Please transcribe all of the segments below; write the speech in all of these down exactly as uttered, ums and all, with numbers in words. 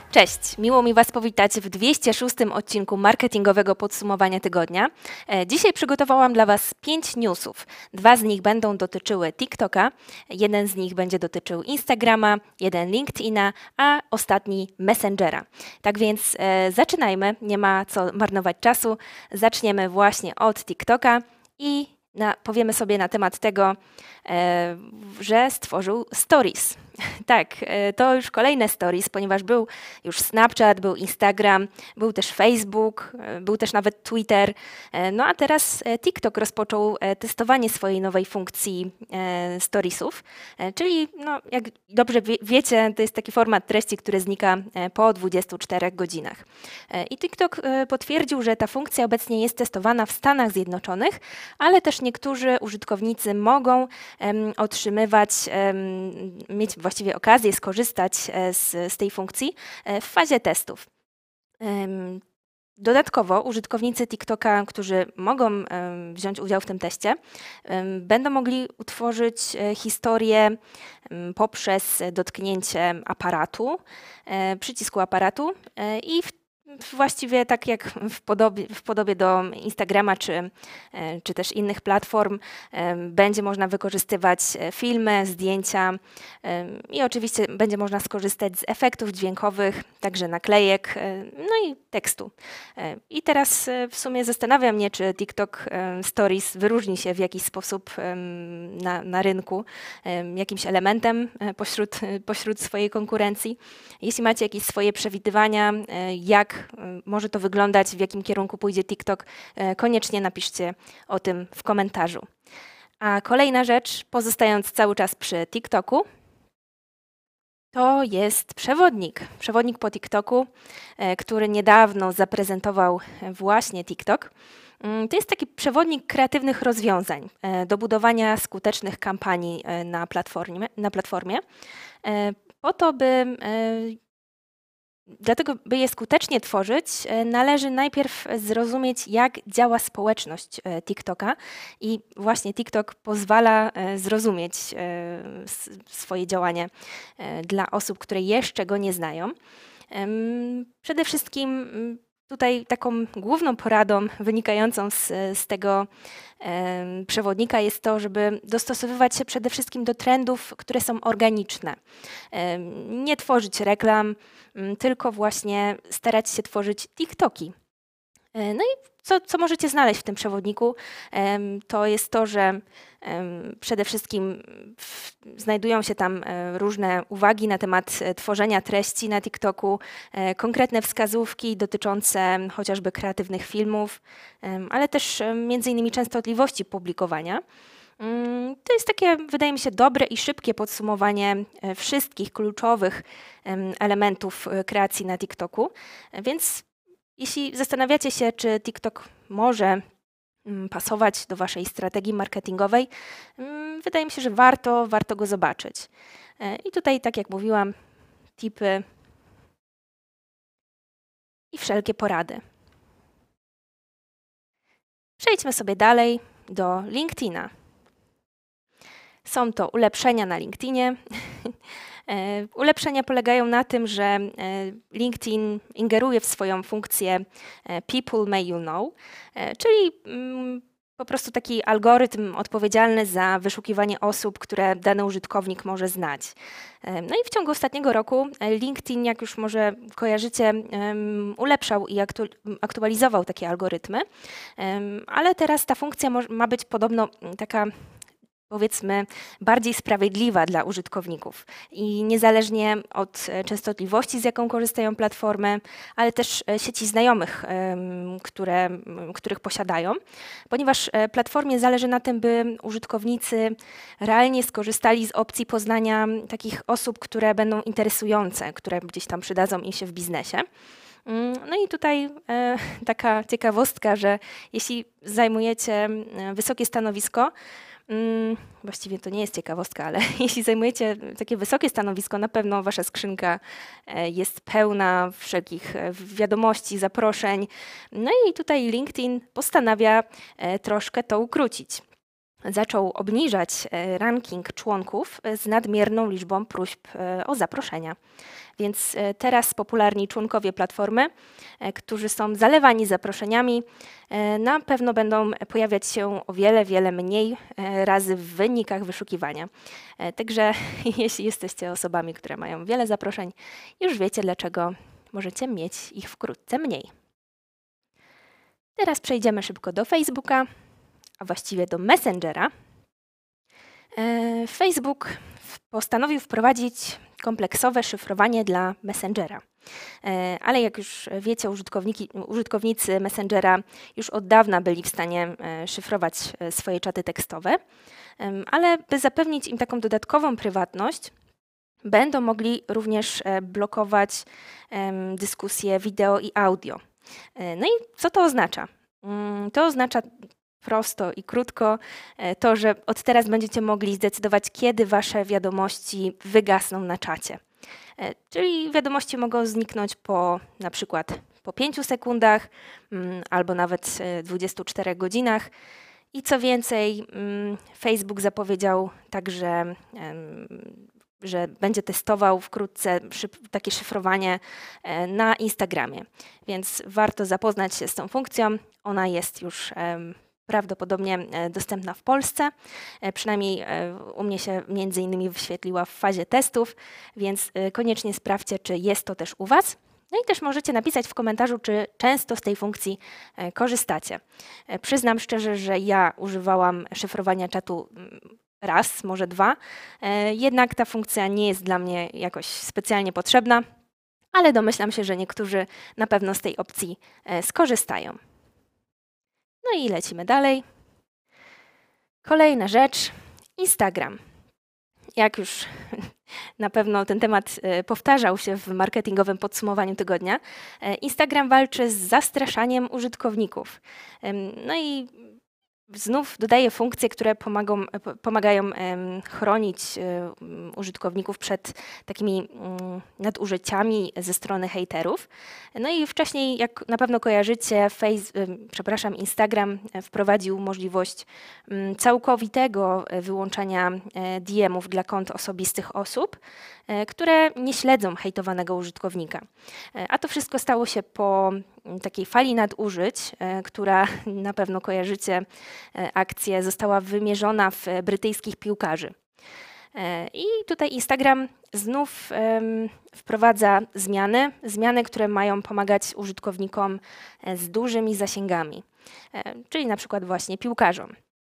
Cześć, miło mi Was powitać w dwieście szóstym odcinku marketingowego podsumowania tygodnia. Dzisiaj przygotowałam dla Was pięć newsów. Dwa z nich będą dotyczyły TikToka, jeden z nich będzie dotyczył Instagrama, jeden LinkedIna, a ostatni Messengera. Tak więc e, zaczynajmy, nie ma co marnować czasu. Zaczniemy właśnie od TikToka i na, powiemy sobie na temat tego, e, że stworzył Stories. Tak, to już kolejne Stories, ponieważ był już Snapchat, był Instagram, był też Facebook, był też nawet Twitter. No a teraz TikTok rozpoczął testowanie swojej nowej funkcji Storiesów, czyli no, jak dobrze wie, wiecie, to jest taki format treści, który znika po dwudziestu czterech godzinach. I TikTok potwierdził, że ta funkcja obecnie jest testowana w Stanach Zjednoczonych, ale też niektórzy użytkownicy mogą um, otrzymywać, um, mieć właściwie okazję skorzystać z, z tej funkcji w fazie testów. Dodatkowo użytkownicy TikToka, którzy mogą wziąć udział w tym teście, będą mogli utworzyć historię poprzez dotknięcie aparatu, przycisku aparatu i w Właściwie tak jak w podobie, w podobie do Instagrama czy, czy też innych platform będzie można wykorzystywać filmy, zdjęcia i oczywiście będzie można skorzystać z efektów dźwiękowych, także naklejek, no i tekstu. I teraz w sumie zastanawia mnie, czy TikTok Stories wyróżni się w jakiś sposób na, na rynku jakimś elementem pośród, pośród swojej konkurencji. Jeśli macie jakieś swoje przewidywania, jak może to wyglądać, w jakim kierunku pójdzie TikTok, koniecznie napiszcie o tym w komentarzu. A kolejna rzecz, pozostając cały czas przy TikToku, to jest przewodnik. Przewodnik po TikToku, który niedawno zaprezentował właśnie TikTok. To jest taki przewodnik kreatywnych rozwiązań do budowania skutecznych kampanii na platformie, na platformie po to, by Dlatego, by je skutecznie tworzyć, należy najpierw zrozumieć, jak działa społeczność TikToka i właśnie TikTok pozwala zrozumieć swoje działanie dla osób, które jeszcze go nie znają. Przede wszystkim tutaj taką główną poradą wynikającą z, z tego e, przewodnika jest to, żeby dostosowywać się przede wszystkim do trendów, które są organiczne. E, nie tworzyć reklam, m, tylko właśnie starać się tworzyć TikToki. E, no i co, co możecie znaleźć w tym przewodniku, e, to jest to, że e, przede wszystkim w, znajdują się tam e, różne uwagi na temat e, tworzenia treści na TikToku, e, konkretne wskazówki dotyczące chociażby kreatywnych filmów, e, ale też e, między innymi częstotliwości publikowania. Mm, To jest takie, wydaje mi się, dobre i szybkie podsumowanie e, wszystkich kluczowych em, elementów e, kreacji na TikToku, E, więc jeśli zastanawiacie się, czy TikTok może mm, pasować do Waszej strategii marketingowej, mm, wydaje mi się, że warto, warto go zobaczyć. E, I tutaj, tak jak mówiłam, tipy i wszelkie porady. Przejdźmy sobie dalej do LinkedIna. Są to ulepszenia na LinkedInie. E, Ulepszenia polegają na tym, że e, LinkedIn ingeruje w swoją funkcję e, People May You Know, e, czyli mm, po prostu taki algorytm odpowiedzialny za wyszukiwanie osób, które dany użytkownik może znać. E, No i w ciągu ostatniego roku e, LinkedIn, jak już może kojarzycie, em, ulepszał i aktu- aktualizował takie algorytmy, Em, ale teraz ta funkcja mo- ma być podobno mm, taka, powiedzmy, bardziej sprawiedliwa dla użytkowników i niezależnie od e, częstotliwości, z jaką korzystają platformy, ale też e, sieci znajomych, em, które, m, których posiadają, ponieważ e, platformie zależy na tym, by użytkownicy realnie skorzystali z opcji poznania takich osób, które będą interesujące, które gdzieś tam przydadzą im się w biznesie. Mm, No i tutaj e, taka ciekawostka, że jeśli zajmujecie e, wysokie stanowisko, Mm, Właściwie to nie jest ciekawostka, ale jeśli zajmujecie takie wysokie stanowisko, na pewno wasza skrzynka e, jest pełna wszelkich e, wiadomości, zaproszeń. No i tutaj LinkedIn postanawia e, troszkę to ukrócić. Zaczął obniżać e, ranking członków e, z nadmierną liczbą próśb e, o zaproszenia. więc teraz popularni członkowie platformy, którzy są zalewani zaproszeniami, na pewno będą pojawiać się o wiele, wiele mniej razy w wynikach wyszukiwania. Także jeśli jesteście osobami, które mają wiele zaproszeń, już wiecie, dlaczego możecie mieć ich wkrótce mniej. Teraz przejdziemy szybko do Facebooka, a właściwie do Messengera. Facebook postanowił wprowadzić kompleksowe szyfrowanie dla Messengera. Ale jak już wiecie, użytkowniki, użytkownicy Messengera już od dawna byli w stanie szyfrować swoje czaty tekstowe, ale by zapewnić im taką dodatkową prywatność, będą mogli również blokować dyskusje wideo i audio. No i co to oznacza? To oznacza prosto i krótko to, że od teraz będziecie mogli zdecydować, kiedy wasze wiadomości wygasną na czacie. Czyli wiadomości mogą zniknąć po na przykład po pięciu sekundach albo nawet dwudziestu czterech godzinach. I co więcej, Facebook zapowiedział także, że będzie testował wkrótce szyf- takie szyfrowanie na Instagramie. Więc warto zapoznać się z tą funkcją. Ona jest już prawdopodobnie dostępna w Polsce. Przynajmniej u mnie się między innymi wyświetliła w fazie testów, więc koniecznie sprawdźcie, czy jest to też u Was. No i też możecie napisać w komentarzu, czy często z tej funkcji korzystacie. Przyznam szczerze, że ja używałam szyfrowania czatu raz, może dwa, jednak ta funkcja nie jest dla mnie jakoś specjalnie potrzebna, ale domyślam się, że niektórzy na pewno z tej opcji skorzystają. No i lecimy dalej. Kolejna rzecz, Instagram. Jak już na pewno ten temat powtarzał się w marketingowym podsumowaniu tygodnia, Instagram walczy z zastraszaniem użytkowników. No i znów dodaje funkcje, które pomagą, pomagają chronić użytkowników przed takimi nadużyciami ze strony hejterów. No i wcześniej, jak na pewno kojarzycie, face, przepraszam, Instagram wprowadził możliwość całkowitego wyłączania D M-ów dla kont osobistych osób, które nie śledzą hejtowanego użytkownika. A to wszystko stało się po takiej fali nadużyć, która na pewno kojarzycie akcję, została wymierzona w brytyjskich piłkarzy. I tutaj Instagram znów wprowadza zmiany, zmiany, które mają pomagać użytkownikom z dużymi zasięgami, czyli na przykład właśnie piłkarzom.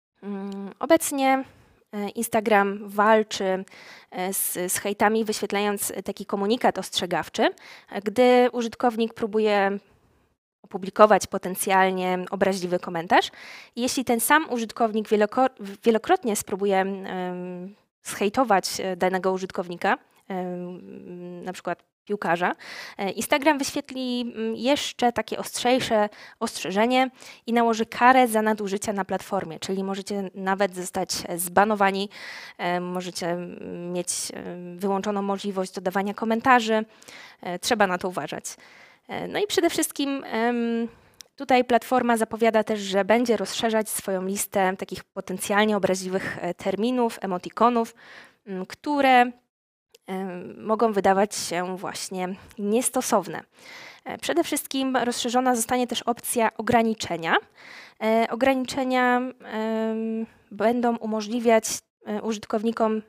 Obecnie Instagram walczy z, z hejtami, wyświetlając taki komunikat ostrzegawczy, gdy użytkownik próbuje opublikować potencjalnie obraźliwy komentarz. Jeśli ten sam użytkownik wielokrotnie spróbuje um, zhejtować danego użytkownika, um, na przykład piłkarza, Instagram wyświetli jeszcze takie ostrzejsze ostrzeżenie i nałoży karę za nadużycia na platformie, czyli możecie nawet zostać zbanowani, możecie mieć wyłączoną możliwość dodawania komentarzy. Trzeba na to uważać. No i przede wszystkim tutaj platforma zapowiada też, że będzie rozszerzać swoją listę takich potencjalnie obraźliwych terminów, emotikonów, które mogą wydawać się właśnie niestosowne. Przede wszystkim rozszerzona zostanie też opcja ograniczenia. Ograniczenia będą umożliwiać użytkownikom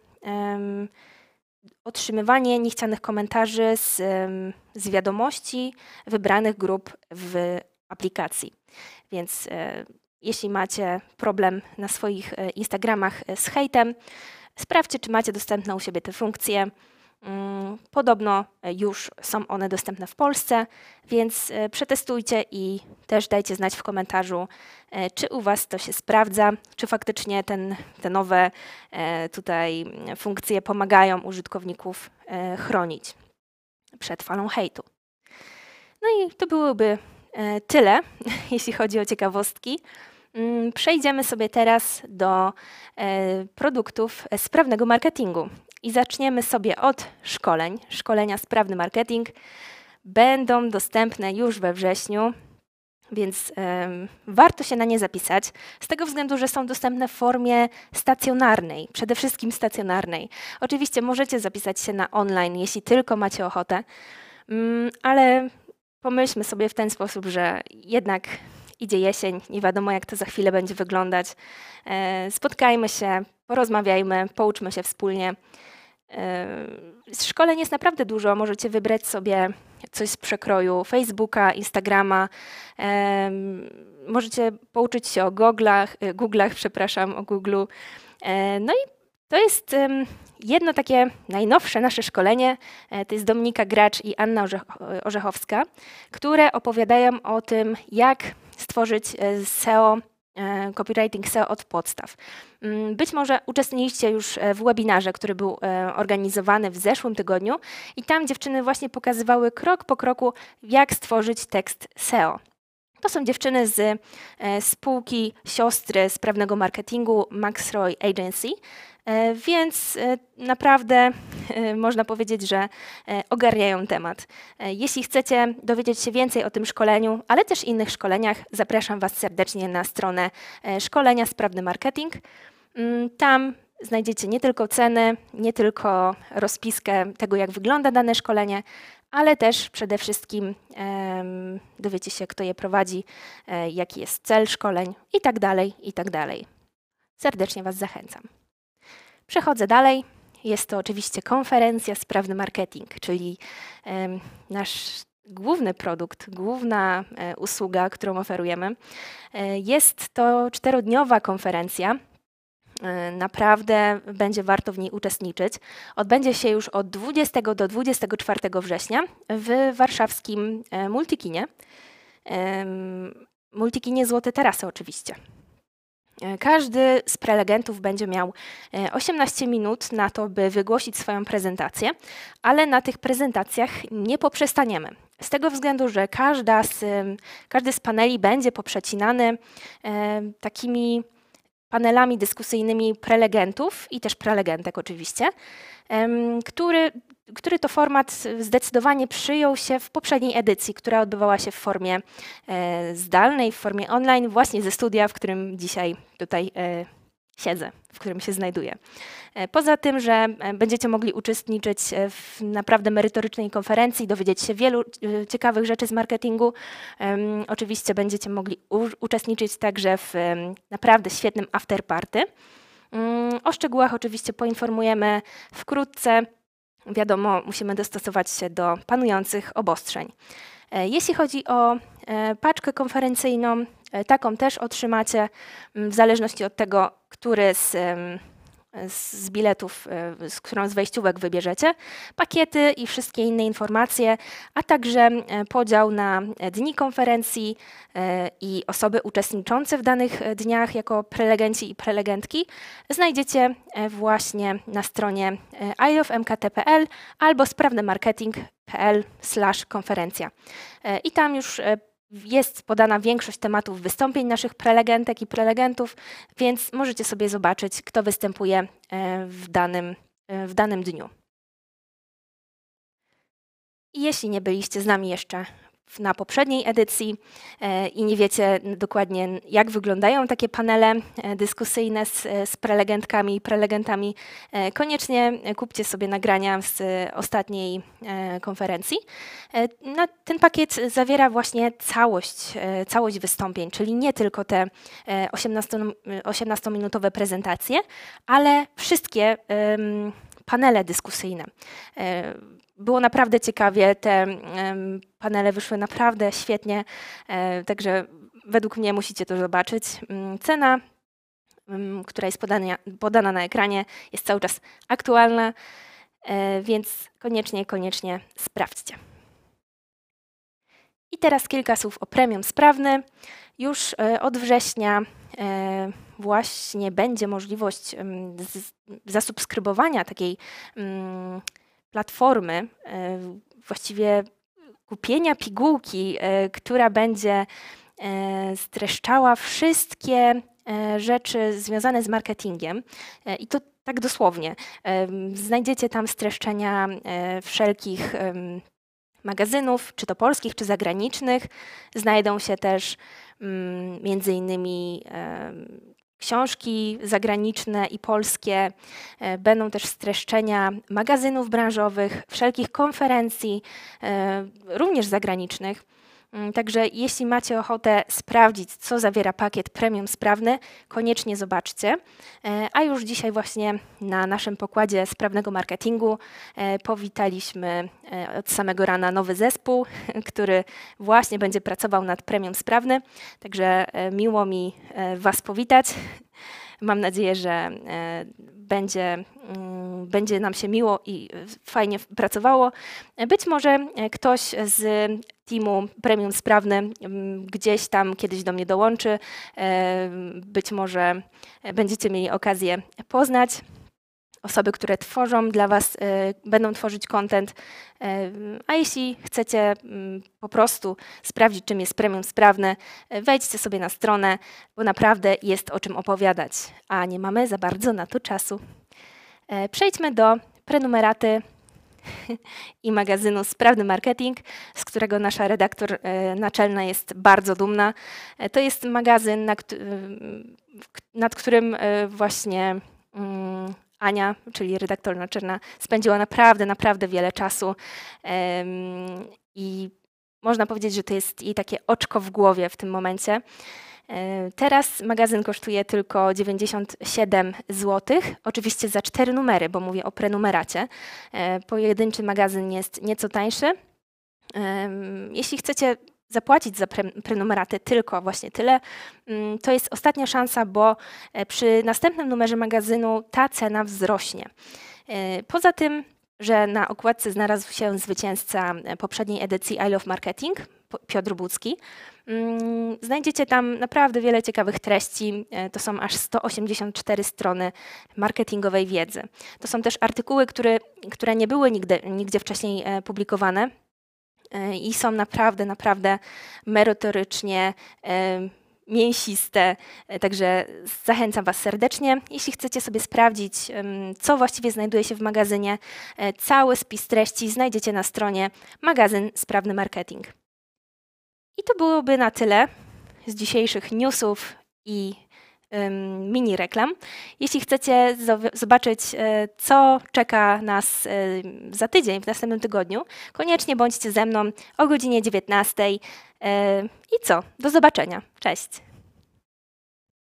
otrzymywanie niechcianych komentarzy z, z wiadomości wybranych grup w aplikacji. Więc jeśli macie problem na swoich Instagramach z hejtem, sprawdźcie, czy macie dostępne u siebie te funkcje. Podobno już są one dostępne w Polsce, więc przetestujcie i też dajcie znać w komentarzu, czy u Was to się sprawdza, czy faktycznie ten, te nowe tutaj funkcje pomagają użytkowników chronić przed falą hejtu. No i to byłoby tyle, jeśli chodzi o ciekawostki. Przejdziemy sobie teraz do produktów sprawnego marketingu. I zaczniemy sobie od szkoleń. Szkolenia Sprawny Marketing będą dostępne już we wrześniu. więc um, warto się na nie zapisać, z tego względu, że są dostępne w formie stacjonarnej, przede wszystkim stacjonarnej. Oczywiście możecie zapisać się na online, jeśli tylko macie ochotę, um, ale pomyślmy sobie w ten sposób, że jednak idzie jesień, nie wiadomo jak to za chwilę będzie wyglądać. E, spotkajmy się, porozmawiajmy, pouczmy się wspólnie. Szkoleń jest naprawdę dużo, możecie wybrać sobie coś z przekroju Facebooka, Instagrama, możecie pouczyć się o Google'ach, Google'ach, przepraszam, o Google'u. No i to jest jedno takie najnowsze nasze szkolenie, to jest Dominika Gracz i Anna Orzechowska, które opowiadają o tym, jak stworzyć S E O, copywriting S E O od podstaw. Być może uczestniczyliście już w webinarze, który był organizowany w zeszłym tygodniu i tam dziewczyny właśnie pokazywały krok po kroku, jak stworzyć tekst S E O. To są dziewczyny z spółki siostry sprawnego marketingu MaxRoy Agency, więc naprawdę można powiedzieć, że ogarniają temat. Jeśli chcecie dowiedzieć się więcej o tym szkoleniu, ale też innych szkoleniach, zapraszam Was serdecznie na stronę Szkolenia Sprawny Marketing. Tam znajdziecie nie tylko ceny, nie tylko rozpiskę tego, jak wygląda dane szkolenie, ale też przede wszystkim um, dowiecie się, kto je prowadzi, e, jaki jest cel szkoleń i tak dalej, i tak dalej. Serdecznie Was zachęcam. Przechodzę dalej. Jest to oczywiście konferencja Sprawny Marketing, czyli um, nasz główny produkt, główna e, usługa, którą oferujemy. E, jest to czterodniowa konferencja. Naprawdę będzie warto w niej uczestniczyć. Odbędzie się już od dwudziestego do dwudziestego czwartego września w warszawskim Multikinie. Multikinie Złote Tarasy oczywiście. Każdy z prelegentów będzie miał osiemnaście minut na to, by wygłosić swoją prezentację, ale na tych prezentacjach nie poprzestaniemy. Z tego względu, że każda z, każdy z paneli będzie poprzecinany takimi panelami dyskusyjnymi prelegentów i też prelegentek oczywiście, który, który to format zdecydowanie przyjął się w poprzedniej edycji, która odbywała się w formie zdalnej, w formie online, właśnie ze studia, w którym dzisiaj tutaj siedzę, w którym się znajduję. Poza tym, że będziecie mogli uczestniczyć w naprawdę merytorycznej konferencji, dowiedzieć się wielu ciekawych rzeczy z marketingu, um, oczywiście będziecie mogli uczestniczyć także w um, naprawdę świetnym afterparty. Um, o szczegółach oczywiście poinformujemy wkrótce. Wiadomo, musimy dostosować się do panujących obostrzeń. Jeśli chodzi o paczkę konferencyjną, taką też otrzymacie w zależności od tego, który z, z biletów, z którą z wejściówek wybierzecie, pakiety i wszystkie inne informacje, a także podział na dni konferencji i osoby uczestniczące w danych dniach jako prelegenci i prelegentki znajdziecie właśnie na stronie i love m k t kropka p l albo sprawnymarketing kropka p l slash konferencja. I tam już jest podana większość tematów wystąpień naszych prelegentek i prelegentów, więc możecie sobie zobaczyć, kto występuje w danym, w danym dniu. I jeśli nie byliście z nami jeszcze na poprzedniej edycji i nie wiecie dokładnie, jak wyglądają takie panele dyskusyjne z, z prelegentkami i prelegentami, koniecznie kupcie sobie nagrania z ostatniej konferencji. Ten pakiet zawiera właśnie całość, całość wystąpień, czyli nie tylko te osiemnastominutowe prezentacje, ale wszystkie panele dyskusyjne. Było naprawdę ciekawie, te um, panele wyszły naprawdę świetnie, e, także według mnie musicie to zobaczyć. Cena, um, która jest podana, podana na ekranie, jest cały czas aktualna, e, więc koniecznie, koniecznie sprawdźcie. I teraz kilka słów o Premium Sprawny. Już e, od września e, właśnie będzie możliwość um, z, zasubskrybowania takiej um, platformy, właściwie kupienia pigułki, która będzie streszczała wszystkie rzeczy związane z marketingiem i to tak dosłownie. Znajdziecie tam streszczenia wszelkich magazynów, czy to polskich, czy zagranicznych. Znajdą się też mm, między innymi e, książki zagraniczne i polskie. E, będą też streszczenia magazynów branżowych, wszelkich konferencji, e, również zagranicznych. Także jeśli macie ochotę sprawdzić, co zawiera pakiet premium sprawny, koniecznie zobaczcie. A już dzisiaj właśnie na naszym pokładzie sprawnego marketingu powitaliśmy od samego rana nowy zespół, który właśnie będzie pracował nad premium sprawny. Także miło mi Was powitać. Mam nadzieję, że będzie, będzie nam się miło i fajnie pracowało. Być może ktoś z teamu Premium Sprawny gdzieś tam kiedyś do mnie dołączy. Być może będziecie mieli okazję poznać osoby, które tworzą dla Was, będą tworzyć content. A jeśli chcecie po prostu sprawdzić, czym jest Premium Sprawne, wejdźcie sobie na stronę, bo naprawdę jest o czym opowiadać, a nie mamy za bardzo na to czasu. Przejdźmy do prenumeraty i magazynu Sprawny Marketing, z którego nasza redaktor naczelna jest bardzo dumna. To jest magazyn, nad którym właśnie Ania, czyli redaktor naczelna, spędziła naprawdę, naprawdę wiele czasu i można powiedzieć, że to jest jej takie oczko w głowie w tym momencie. Teraz magazyn kosztuje tylko dziewięćdziesiąt siedem złotych, oczywiście za cztery numery, bo mówię o prenumeracie. Pojedynczy magazyn jest nieco tańszy. Jeśli chcecie zapłacić za pre prenumeratę tylko właśnie tyle, to jest ostatnia szansa, bo przy następnym numerze magazynu ta cena wzrośnie. Poza tym, że na okładce znalazł się zwycięzca poprzedniej edycji I Love Marketing, Piotr Budzki. Znajdziecie tam naprawdę wiele ciekawych treści. To są aż sto osiemdziesiąt cztery strony marketingowej wiedzy. To są też artykuły, które, które nie były nigdy, nigdzie wcześniej publikowane i są naprawdę, naprawdę merytorycznie mięsiste, także zachęcam Was serdecznie. Jeśli chcecie sobie sprawdzić, co właściwie znajduje się w magazynie, cały spis treści znajdziecie na stronie magazyn Sprawny Marketing. I to byłoby na tyle z dzisiejszych newsów i um, mini reklam. Jeśli chcecie zobaczyć, co czeka nas za tydzień, w następnym tygodniu, koniecznie bądźcie ze mną o godzinie dziewiętnastej. I co? Do zobaczenia. Cześć!